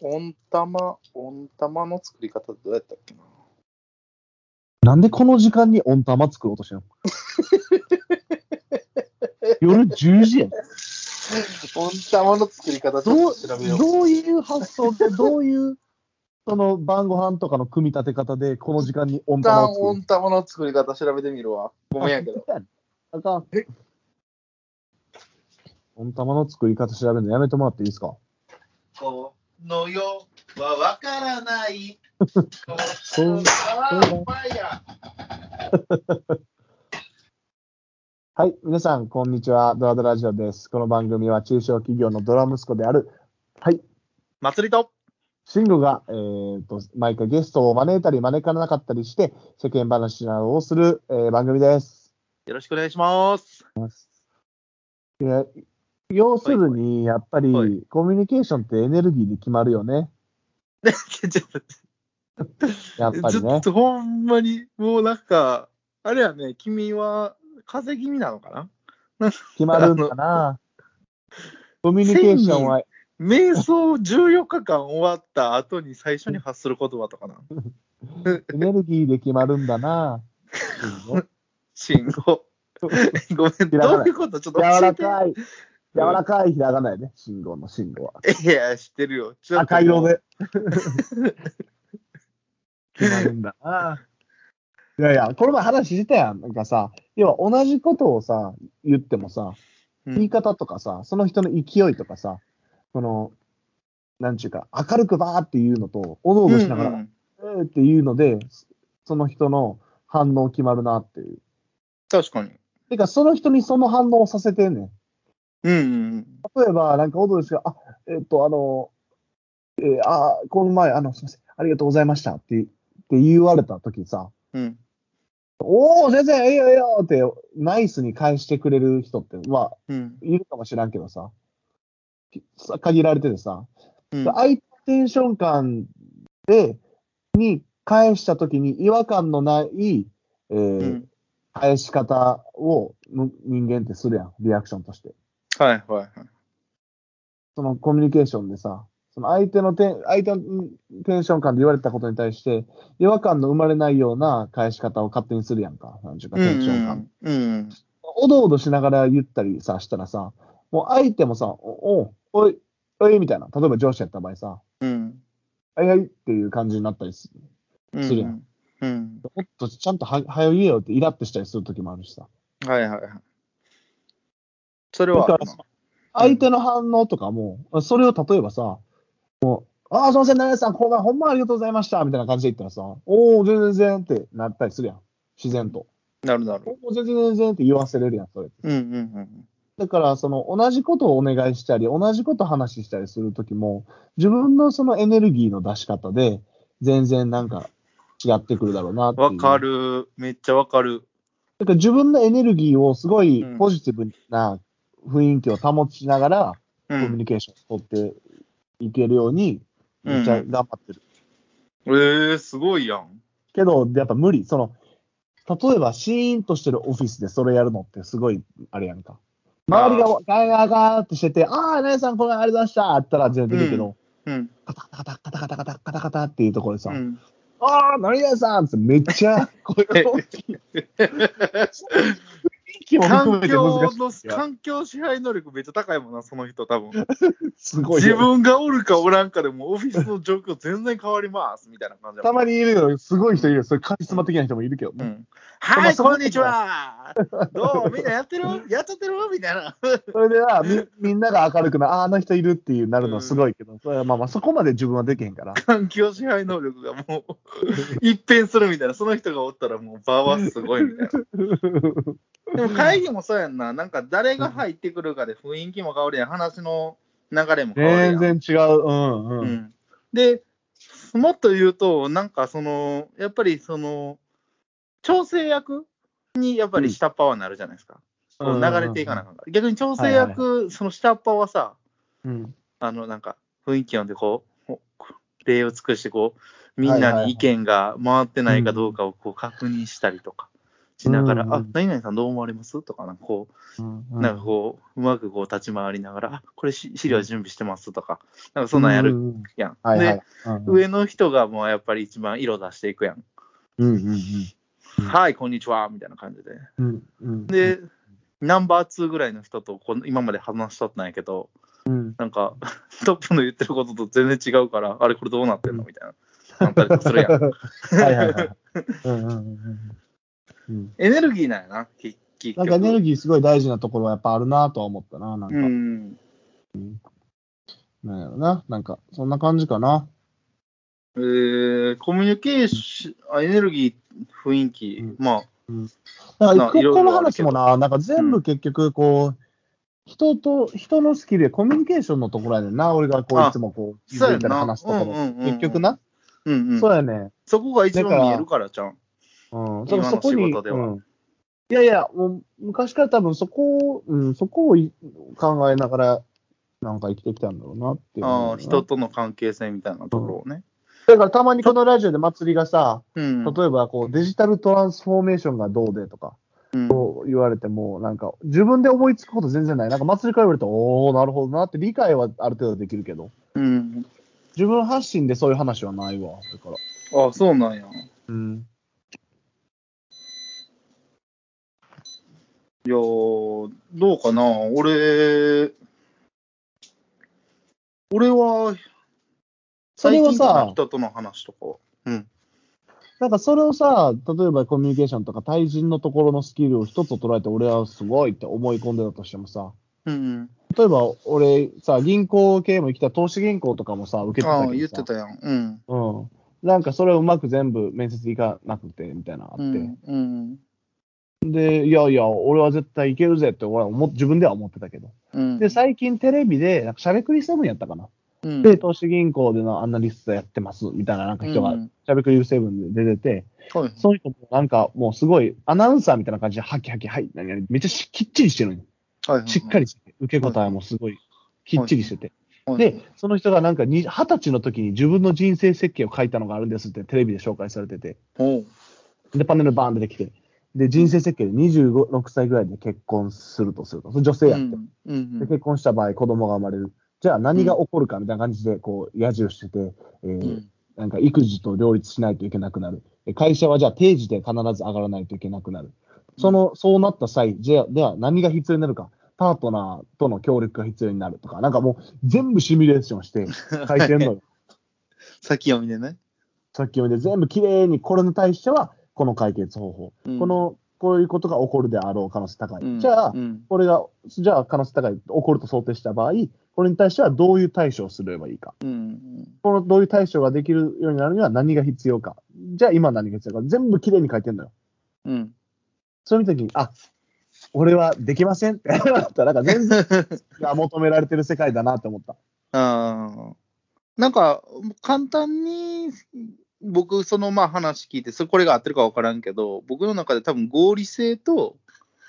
温玉の作り方どうやったっけな。 なんでこの時間に温玉作ろうとしてんの？夜10時やん。 温玉の作り方ちょっと調べよう。 どういう発想で、どういうその晩ご飯とかの組み立て方でこの時間に温玉を作る？ 温玉の作り方調べてみるわ。ごめんやけど。 あかん。温玉の作り方調べるのやめてもらっていいですか？ この世はわからない。 はい、皆さん、こんにちは。ドラドラジオです。この番組は中小企業のドラ息子である、はい、 祭りと慎吾が、毎回ゲストを招いたり招かなかったりして、世間話などをする、番組です。 よろしくお願いします。 要するに、やっぱり、コミュニケーションってエネルギーで決まるよね。やっぱりね。 ずっとほんまに、もうなんか、あれやね、君は風邪気味なのかな？ 決まるんだな。コミュニケーションは。 瞑想14日間終わった後に最初に発する言葉とかな。 エネルギーで決まるんだな。 信号。ごめん、どういうこと？ちょっと柔らかいひらがなやね、信号の信号は。 いや、知ってるよ。 赤色で。決まるんだな。いやいや、この前話してたやん。なんかさ、要は同じことをさ、言ってもさ、言い方とかさ、その人の勢いとかさ、なんちゅうか、明るくバーっていうのと、おどおどしながら、っていうので、その人の反応決まるなっていう。 確かに。 てか、その人にその反応をさせてんねん。例えば、なんか、おどおどしが、この前、すみません、ありがとうございましたって言われたときさ、おー、先生、いいよいいよって、ナイスに返してくれる人って、いるかもしらんけどさ、限られててさ、相手テンション感に返したときに違和感のない、返し方を人間ってするやん、リアクションとして。 はいはいはい。 そのコミュニケーションでさ、その相手のテンション感で言われたことに対して、違和感の生まれないような返し方を勝手にするやんか。なんちゅうか、テンション感。おどおどしながら言ったりさ、したらさ、もう相手もさ、おい、みたいな。例えば上司やった場合さ、はいっていう感じになったりするやん。もっとちゃんと早言えよってイラッとしたりするときもあるしさ。 はいはいはい。それは。 相手の反応とかも、それを例えばさ、すいません、何さん、ほんまありがとうございました、みたいな感じで言ったらさ、おー、全然ってなったりするやん。自然と。 なる。 おー、全然って言わせれるやん、それ。だから、同じことをお願いしたり、同じこと話したりするときも、自分のそのエネルギーの出し方で、全然なんか違ってくるだろうなっていう。 わかる。めっちゃわかる。 だから自分のエネルギーをすごいポジティブな雰囲気を保ちながら、コミュニケーションを取っていけるように、めっちゃ頑張ってる。すごいやん。 けど、やっぱ無理。例えば、シーンとしてるオフィスでそれやるのってすごい、あれやんか。周りがガーってしてて、姉さんこれありがとうございましたって言ったら全然できるけど、カタカタっていうところでさ、何々さんってめっちゃ声が大きい。 環境支配能力めっちゃ高いもんな、その人多分。 すごい。 自分がおるかおらんかでもオフィスの状況全然変わりますみたいな感じ。 たまにいるよ、すごい人いるよ。それカリスマ的な人もいるけどね。 はい、こんにちは。どうみんなやっちゃってるみたいな。 それではみんなが明るくな、あの人いるっていうなるのすごいけど、それはまあそこまで自分はできへんから。 環境支配能力がもう一変するみたいな、その人がおったらもう場はすごいみたいな。でも会議もそうやんな。なんか誰が入ってくるかで雰囲気も変わるやん。話の流れも変わるやん。 全然違う。 で、もっと言うと、なんかやっぱり調整役にやっぱり下っ端はなるじゃないですか。流れていかなあかんから。逆に調整役、その下っ端はさ、なんか雰囲気読んで礼を尽くしてみんなに意見が回ってないかどうかを確認したりとか。 しながら、何々さんどう思われますとか、なんかこう、なんかこう、うまくこう立ち回りながら、これ資料準備してますとか、なんかそんなんやるやん。で、上の人がもうやっぱり一番色出していくやん。はい、こんにちは、みたいな感じで。で、ナンバー2ぐらいの人と今まで話しとったんやけど、なんか、トップの言ってることと全然違うから、あれこれどうなってんのみたいな。なったりとかするやん。エネルギーなんやな、結局。 なんかエネルギーすごい大事なところはやっぱあるなとは思ったな、なんか。なんやろな、なんか、そんな感じかな。 コミュニケーション、エネルギー、雰囲気、まあ。 だからこの話もな、なんか全部結局、こう、人のスキルやコミュニケーションのところやねんな、俺がこういつもこう、気づいたら話すところ。結局な。そうやね。 そこが一番見えるからじゃん。 だからそこに、いやいや、もう昔から多分そこを考えながら、なんか生きてきたんだろうなっていう。 人との関係性みたいなところをね。 だからたまにこのラジオで祭りがさ、例えばこうデジタルトランスフォーメーションがどうでとか、そう言われても、なんか自分で思いつくこと全然ない。なんか祭りから言われると、おー、なるほどなって理解はある程度できるけど、自分発信でそういう話はないわ。だから。 そうなんや。いやー、どうかな。俺は、 それをさ、 人との話とか。 なんかそれをさ、例えばコミュニケーションとか対人のところのスキルを一つを捉えて俺はすごいって思い込んでたとしてもさ、例えば俺さ、銀行系も行きた投資銀行とかもさ、受けてたけどさ。 言ってたやん。 なんかそれをうまく全部面接いかなくてみたいなのあって。で、いやいや、俺は絶対いけるぜって俺は自分では思ってたけど。で、最近テレビで、なんかしゃべくり7やったかな。で、投資銀行でのアナリストやってますみたいななんか人が、しゃべくり7で出てて、そういう人もなんかもうすごいアナウンサーみたいな感じで、ハキハキ、はい、めっちゃきっちりしてるのに。しっかりしてて、受け答えもすごいきっちりしてて。で、その人がなんか20歳の時に自分の人生設計を書いたのがあるんですってテレビで紹介されてて。で、パネルバーン出てきて。で、人生設計で26歳ぐらいで結婚するとすると。女性やって。で、結婚した場合、子供が生まれる。じゃあ何が起こるかみたいな感じで、こう、野獣してて、なんか育児と両立しないといけなくなる。会社はじゃあ定時で必ず上がらないといけなくなる。そうなった際、では何が必要になるか。パートナーとの協力が必要になるとか、なんかもう全部シミュレーションして書いてんのよ。 先読みでね。 先読みで全部きれいに、これに対しては、この解決方法。こういうことが起こるであろう可能性高い。じゃあ、可能性高い、起こると想定した場合、これに対してはどういう対処をすればいいか。どういう対処ができるようになるには何が必要か。じゃあ今何が必要か。全部きれいに書いてんのよ。そういう時に、俺はできませんってなったら、なんか全然が求められてる世界だなって思った。 なんか、簡単に、僕、その話聞いて、これが合ってるか分からんけど、僕の中で多分合理性と、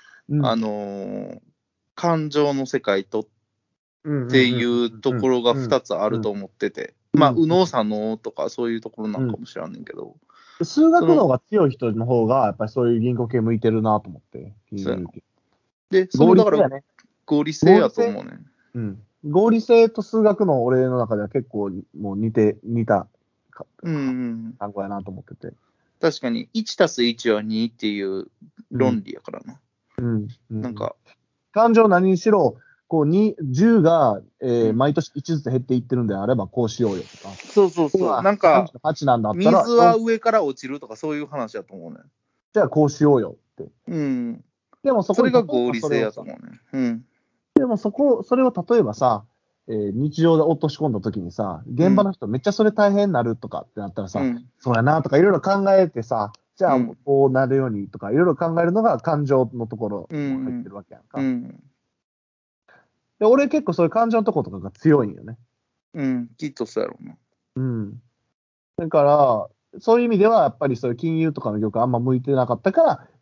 感情の世界とっていうところが2つあると思ってて、右脳左脳とかそういうところなんかもしれんねんけど。 数学の方が強い人の方が、やっぱりそういう銀行系向いてるなと思って。 で、だから合理性やと思うね。 合理性と数学の俺の中では結構もう似た単語やなと思ってて。 確かに、1たす1は2っていう論理やからな。なんか。 感情何にしろ、こう10が、毎年1ずつ減っていってるんであれば、こうしようよとか。 そう。なんか、 8なんだったら水は上から落ちるとかそういう話だと思うね。 じゃあこうしようよって。でもそれが合理性やと思うね。 でもそれを例えばさ、日常で落とし込んだ時にさ、現場の人めっちゃそれ大変になるとかってなったらさ、そうやなとかいろいろ考えてさ、じゃあこうなるようにとかいろいろ考えるのが感情のところに入ってるわけやんか。で俺結構そういう感情のところとかが強いんよね。 きっとそうやろうな。 だから、そういう意味ではやっぱりそういう金融とかの業界あんま向いてなかったから、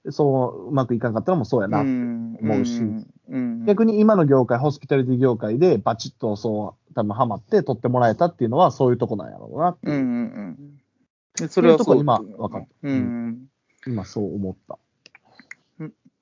うまくいかなかったのもそうやなって思うし、逆に今の業界、ホスピタリティ業界でバチッと多分ハマって取ってもらえたっていうのはそういうとこなんやろうなっていう。 それはそういうとこ今分かった。今そう思った。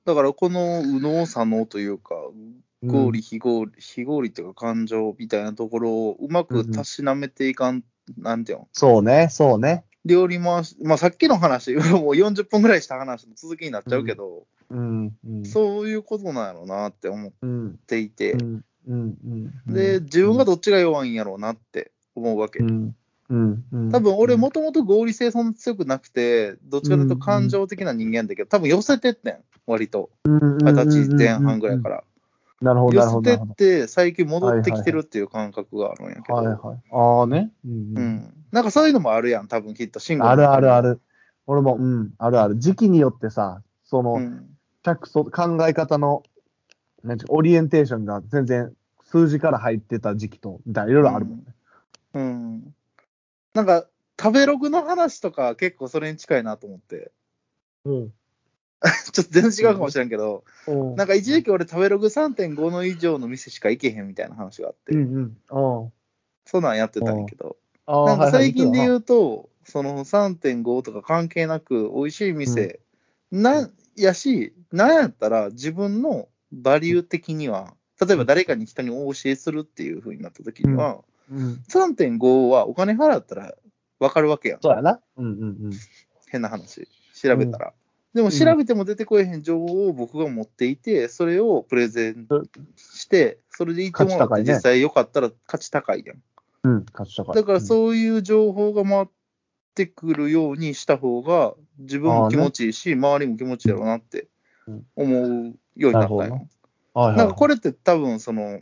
だからこの右脳左脳というか、合理、非合理っていうか感情みたいなところをうまくたしなめていかん、なんていうの。 そうね。 料理回し、さっきの話、もう40分ぐらいした話の続きになっちゃうけど、そういうことなんやろうなって思っていて、で、自分がどっちが弱いんやろうなって思うわけ。多分俺もともと合理性そんな強くなくて、どっちかというと感情的な人間だけど、多分寄せてってん、割と。20歳前半ぐらいから。寄せてって最近戻ってきてるっていう感覚があるんやけど。 ああね。 なんかそういうのもあるやん、多分きっと。 ある。俺も、ある。時期によってさ、その、考え方の、オリエンテーションが全然数字から入ってた時期と、いろいろあるもんね。 なんか、食べログの話とか結構それに近いなと思って。ちょっと全然違うかもしれんけど、なんか一時期俺食べログ 3.5 の以上の店しか行けへんみたいな話があって、そんなんやってたんやけど、なんか最近で言うと、その 3.5 とか関係なく美味しい店やし、なんやったら自分のバリュー的には、例えば誰かに人にお教えするっていう風になった時には、3.5 はお金払ったら分かるわけやん。 そうやな。 変な話。調べたら。でも調べても出てこえへん情報を僕が持っていて、それをプレゼンして、それで言ってもらって実際良かったら価値高いやん。 価値高い。 だからそういう情報が回ってくるようにした方が自分も気持ちいいし、周りも気持ちいいやろうなって思うようになったんよ。なんかこれって多分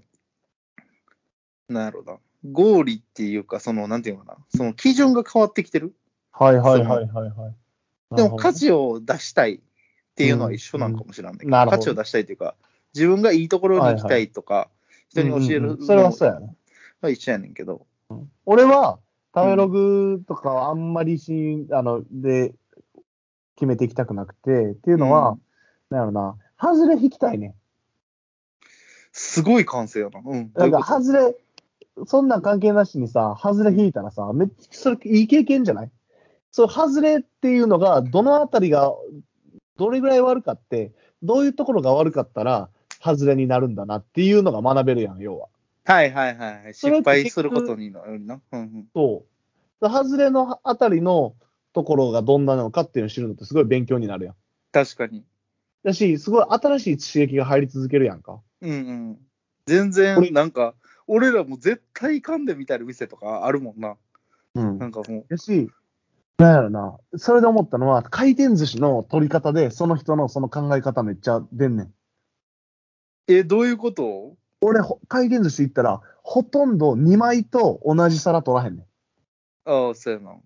なんやろうな。合理っていうか、なんていうのかな。その基準が変わってきてる。でも価値を出したいっていうのは一緒なんかもしれないけど、価値を出したいというか、自分がいいところに行きたいとか、人に教えるそれはそうやな。 が一緒やねんけど。 俺は、食べログとかはあんまりで決めていきたくなくて、っていうのは、なんやろな、外れ引きたいね。 すごい感性やな。 なんか外れ、そんなん関係なしにさ、外れ引いたらさ、めっちゃそれいい経験じゃない？そう、外れっていうのが、どのあたりが、どれぐらい悪かって、どういうところが悪かったら、外れになるんだなっていうのが学べるやん、要は。 失敗することになるな。 そう。外れのあたりのところがどんなのかっていうのを知るのってすごい勉強になるやん。 確かに。 だし、すごい新しい刺激が入り続けるやんか。 全然、なんか、俺らも絶対噛んでみたいな店とかあるもんな。なんかもう。 だし、なんやろな。それで思ったのは、回転寿司の取り方で、その人のその考え方めっちゃ出んねん。どういうこと？ 俺、回転寿司行ったら、ほとんど2枚と同じ皿取らへんねん。 そうやな。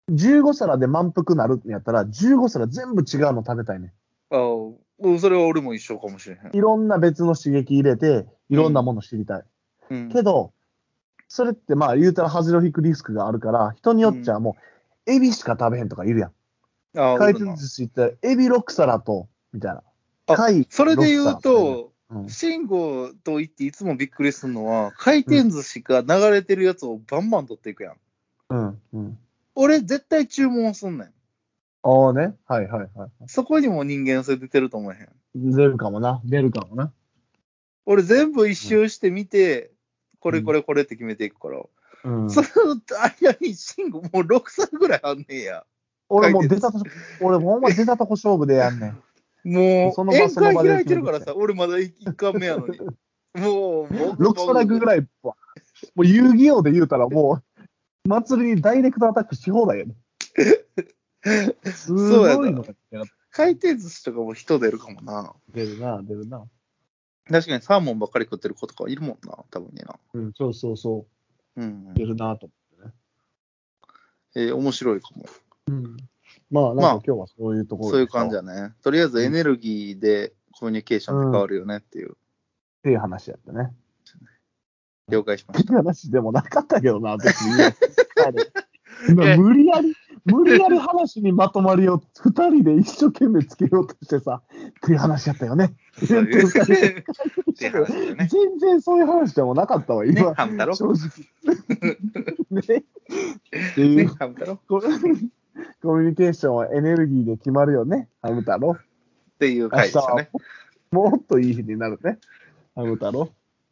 15皿で満腹なるんやったら、15皿全部違うの食べたいねん。 それは俺も一緒かもしれへん。 いろんな別の刺激入れて、いろんなもの知りたい。けど、それってまあ言うたら外れを引くリスクがあるから、人によっちゃもう、エビしか食べへんとかいるやん。回転寿司行ったら、エビ6皿と、みたいな。 それで言うと、慎吾と言っていつもびっくりするのは、回転寿司が流れてるやつをバンバン取っていくやん。俺絶対注文すんねん。 ああね。 そこにも人間性出てると思えへん。出るかもな。 俺全部一周してみて、これって決めていくから。その間に慎吾もう6歳ぐらいあんねんや。 俺もほんま出たとこ勝負でやんねん。 もう、宴会開いてるからさ、俺まだ1回目やのに。もう、 6ストライクぐらい、もう遊戯王で言うたらもう、祭りにダイレクトアタックし放題やね。すごいの。 回転寿司とかも人出るかもな。 出るな。 確かにサーモンばっかり食ってる子とかいるもんな、多分にな。 そう。出るなと思ってね。面白いかも。 まあ、なんか今日はそういうところそういう感じだね。とりあえずエネルギーでコミュニケーションって変わるよねっていう。 っていう話やったね。 了解しました。 っていう話でもなかったけどな、別に。無理やり話にまとまりを2人で一生懸命つけようとしてさ、っていう話やったよね。全然そういう話でもなかったわ、今。正直。ね。っていう。コミュニケーションはエネルギーで決まるよね、ハム太郎。 っていう回でしたね。 もっといい日になるね。ハム太郎。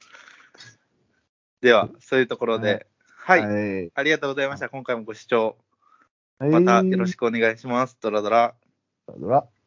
では、そういうところで、はい。 はい。 ありがとうございました。今回もご視聴、 はい。 またよろしくお願いします。ドラドラ。 ドラドラ。